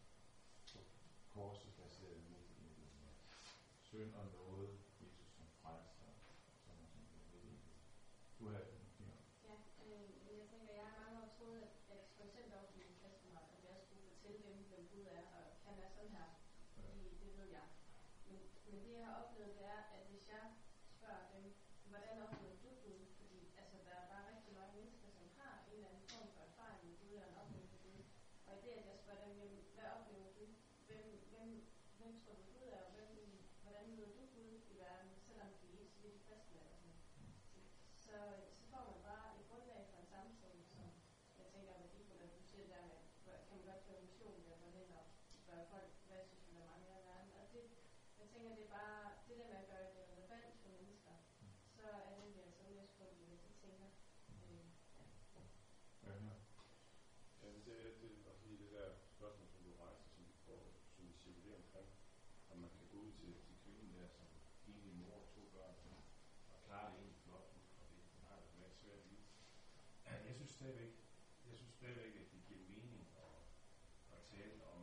korset placerer den midt i det. Søn og noget, Jesus som frelser, og sådan noget som det er. Du har det. Ja, øh, men jeg tænker, jeg har mange år troet, at, at for eksempel også i kristendom, at jeg skulle fortælle dem, hvem Gud er, og kan være sådan her, fordi det ved jeg. Men, men det jeg har oplevet, det er, at hvis jeg spørger dem, hvordan oplever du Gud? Fordi altså, der er bare rigtig mange mennesker, som har en eller anden form for erfaring med Gud, og en oplevelse med Gud. Og i det, at jeg spørger dem, jamen, hvad oplever du? Hvem, hvem, hvem tror du Gud er, og hvem, hvordan møder du Gud i verden, selvom de ikke siger de kristne eller sådan. Så, så får man bare et grundlag for en samtale, som jeg tænker er værdifuldt, at du siger der med, kan man godt køre mission ved at gå hen og spørge folk, hvad synes du, der mangler i verden. Og det, jeg tænker, det er bare det der med at gøre det relevant for mennesker, så er det vi altså udgangspunkt i, hvad de tænker. Øh, ja. Ja, ja. Ja, det er det, også lige det der spørgsmål, som du rejser, som, går, som vi cirkulerer omkring, om man kan gå ud til, til kvinden der, som enlig mor og to børn, og klare det egentlig flot ud, og det har jo været svært liv. Jeg synes stadigvæk, jeg synes stadigvæk, at det giver mening at, at tale om,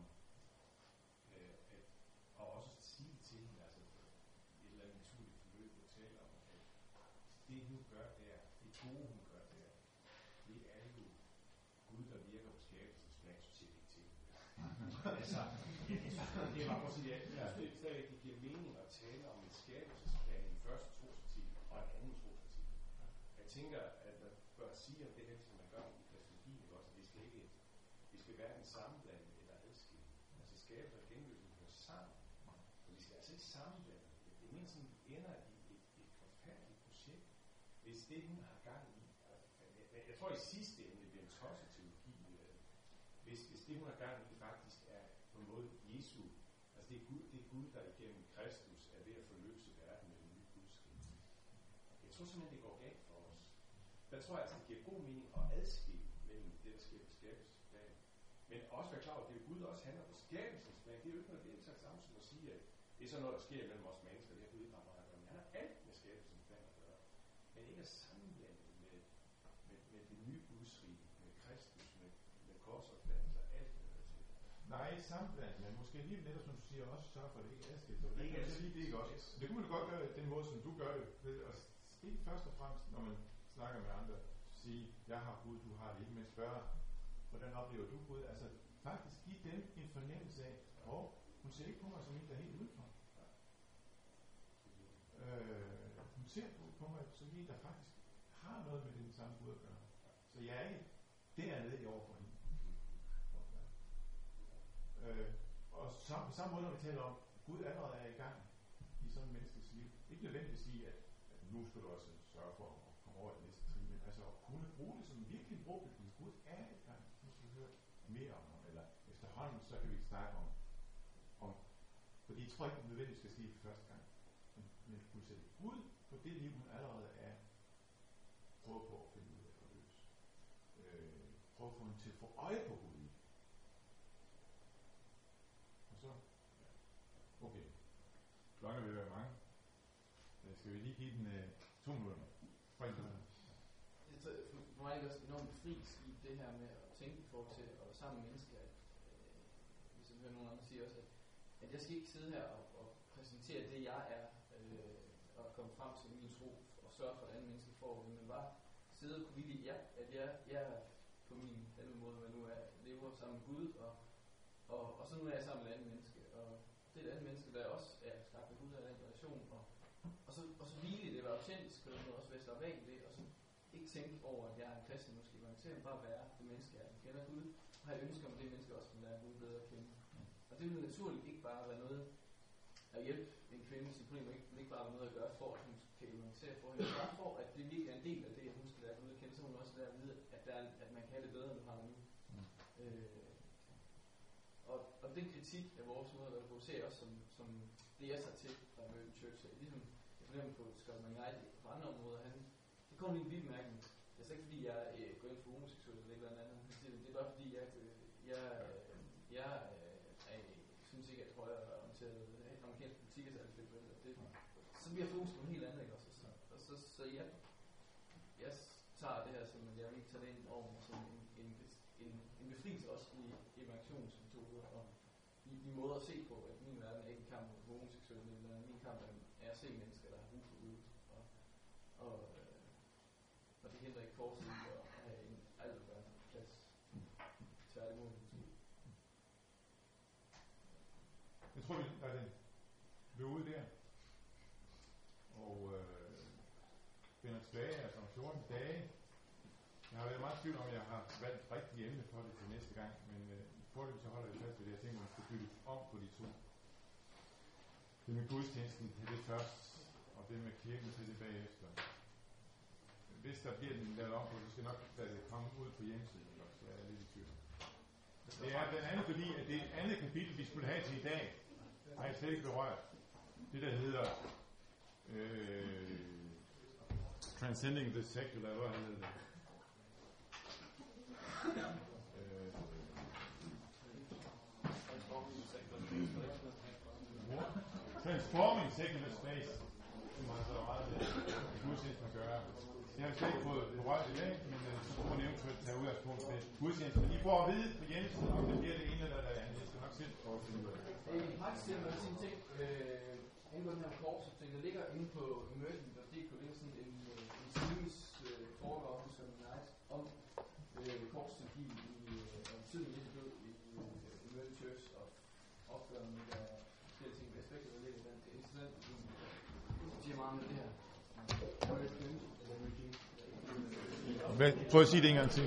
øh, at, og også sige til hende, altså et eller andet naturligt forløb, at tale om, at det hun gør der, det gode hun gør der, det er jo Gud, der virker på skabelsesplan, så siger det ikke til. Altså, ja, jeg synes, det er bare for at sige, at jeg synes det stadigvæk, det giver mening at tale om en skabelsesplan i første trosartikel og en anden trosartikel. Jeg tænker, at man bør sige om det her, som man gør i kristologien, også, at vi skal ikke, vi skal hverken sammenblande eller adskille. Altså skabelse og genløsning hører sammen. Men vi skal altså ikke sammenblande. Det men som ender i et, et forfærdeligt projekt, hvis det, hun har gang i, jeg, jeg tror i sidste ende, det bliver en tosset teologi, hvis, hvis det, hun har gang i, faktisk er på en måde Jesu, altså det er Gud, det er Gud der igennem Kristus er ved at forløse verden med en ny budskab. Jeg tror simpelthen, det går galt for os. Der tror jeg altså, det giver god mening at adskille mellem det, der sker på skabelsens plan. Men også være klar over, at det er Gud, der også handler på skabelsens plan. Det er jo ikke noget, det er ikke sagt samme som at sige, at det er sådan noget, der sker mellem os mennesker. Det har Gud ikke ret meget at gøre. Men han har alt med skabelsens plan at gøre. Men ikke at sammenblande med, med, med det nye gudsrige, med Kristus, med, med korsopfattelse og alt det der til. Nej, ikke sammenblandet, men måske alligevel netop, som du siger, også sørge for, at det ikke er adskilt. Det kan man lige det ikke også. Det kunne man godt gøre den måde, som du gør det, ved at ikke først og fremmest, når man snakker med andre, sige, jeg har Gud, du har det ikke, men spørge, hvordan oplever du Gud? Altså faktisk give dem en fornemmelse af, åh, oh, hun ser ikke på mig som en, der er helt udenfor. Øh, hun ser på, på mig som en, der faktisk har noget med den samme Gud at gøre. Så jeg er ikke dernede i over for hende. Øh, og så, på samme måde, når vi taler om, Gud allerede er i gang i sådan en menneskes liv. Ikke nødvendigvis at sige, at, at nu skal du også sørge for at komme over det næste trin, men altså at kunne bruge det som virkelig en brobygning. Gud er i gang. Nu skal vi høre mere om ham, eller efterhånden, så kan vi ikke snakke om, om fordi jeg tror ikke, det nødvendigvis skal ske for første gang. Men, men kunne sætte Gud på det liv, hun allerede er, prøve på at finde ud af at løse. Øh, prøve at få hende til at få øje på Gud. Og så, okay, klokken vil være mange. Så skal vi lige give den uh, to minutter. For en minutter. For mig er det også enormt befrielse i det her med at tænke i forhold til at være sammen med mennesker. At, øh, hvis jeg hører nogen andre sige også, at, at jeg skal ikke sidde her og, og præsentere det, jeg er, øh, og komme frem til min tro, og sørge for, at andre mennesker får det, men bare sidde og kunne vide, ja, at jeg, jeg på min anden måde, hvad nu er, lever sammen med Gud, og, og, og så nu er jeg sammen med et andet menneske, og det er et andet menneske, der også er skabt med Gud og en relation, og, og så, og så hvile i det, være autentisk, og også være slappe af i det, og så ikke tænke over, at jeg er en kristen måske, men til bare være det menneske, jeg kender Gud, og have ønsker om det menneske også kan lære Gud bedre at kende. Og det vil naturligt ikke bare være noget at hjælpe en kvinde med sin problemer, ikke, ikke bare være noget at gøre for, at hun kan evangelisere for hende, bare for, at det virkelig er en del af det, at hun skal lære Gud at kende, så hun også lære at vide, at, der er, at man kan have det bedre, end du har nu. Mm. Øh, og, og den kritik af vores måde at være på, ser jeg også som, som det, jeg tager til fra Emergent Church. Ligesom jeg fornemmer på Scott McKnight på andre områder, han, det kommer lige en bibemærkning. Det er så ikke fordi, jeg øh, går ind for homoseksuelle eller et eller andet. Det er bare fordi, jeg, jeg, jeg, jeg øh, synes ikke, at højere orienteret amerikansk politik er særlig fedt. Det, så bliver fokus på en helt anden, ikke også? Så, og så, så jeg, jeg tager det her som, at jeg vil tage det ind over som en, en, en, en befrielse også i evangelisationsmetoder og i, i måder at se på, at min verden er ikke en kamp mod homoseksuelle, men min kamp er at se mennesker, der har brug for Gud. Og, og, og det hindrer ikke forsiden for at have en aldergørende plads. Tværtimod. Jeg tror, vi lader det løbe ud der. Og øh, vender tilbage altså om fjorten dage. Jeg har været meget tvivl om, at jeg har valgt rigtige emne for det til næste gang, men øh, foreløbig så holder jeg fast ved det. Jeg tænker, at man skal bygge om på de to. Det med gudstjenesten til det først, og det med kirken til det bagefter. Hvis der bliver den lavet om på, så skal nok lade det komme ud på hjemmesiden, så jeg er lidt i tvivl. Det er blandt andet fordi, at det er et andet kapitel, vi skulle have til i dag, har jeg slet ikke berørt. Det der hedder øh, Transcending the Secular, hvad hedder det? Øh, Transforming Secular Space, som har så meget med gudstjenesten at gøre. Det har vi slet ikke fået berørt i dag, men uh, så kunne man eventuelt tage udgangspunkt med gudstjenesten. I får at vide på hjemmesiden, om det bliver det ene eller det andet. Jeg skal nok selv prøve at finde ud af det. Det er en praktisk ting, at sige ting. Øh, inde på den her korsting, der ligger inde på emergent punktum d k, det er sådan en, en times øh, foregår hos Scott McKnight om øh, korsterapi i øh, tiden i det død i øh, Emergent Church og opgøren med der flere ting, aspekter, der ligger i den. Det er interessant, at du siger meget med det her. Hvad, prøv at sige det en gang til.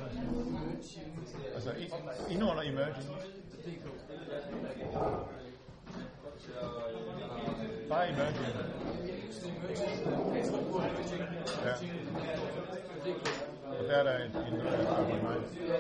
Altså ind under emerging. Bare emerging. Ja. Og der er der en, en noget, der kommer i mig.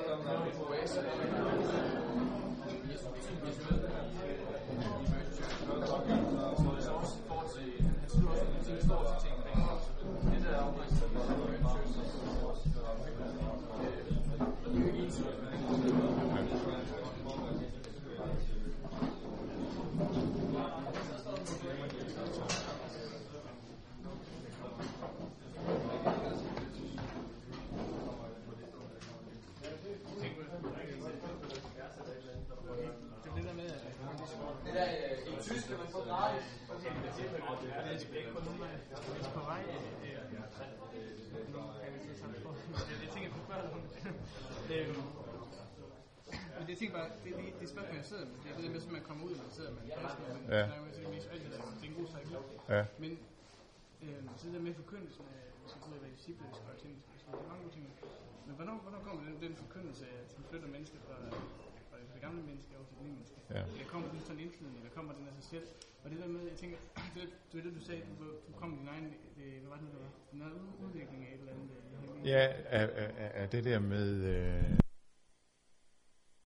Men det tænker bare, det er det, det spørgsmål, jeg sidder med. Det er det der med, at man kommer ud, og man sidder med en spørgsmål. Men ja. Det er en god sag. Ja. Men øh, så det der med forkyndelsen af, vi skal gå ud og være disciple, vi skal gøre ting, det er mange gode ting. Men hvornår, hvornår kommer den, den forkyndelse, at den flytter mennesker fra, fra det gamle menneske over til det nye menneske? Ja. Eller kommer den sådan indflydende, eller kommer den af sig selv? Og det der med, jeg tænker, det, det er det, du sagde, du, du kom med din egen, det, hvad var det, der var? Den egen udvikling af et eller andet. Ja, af, af, af det der med, øh,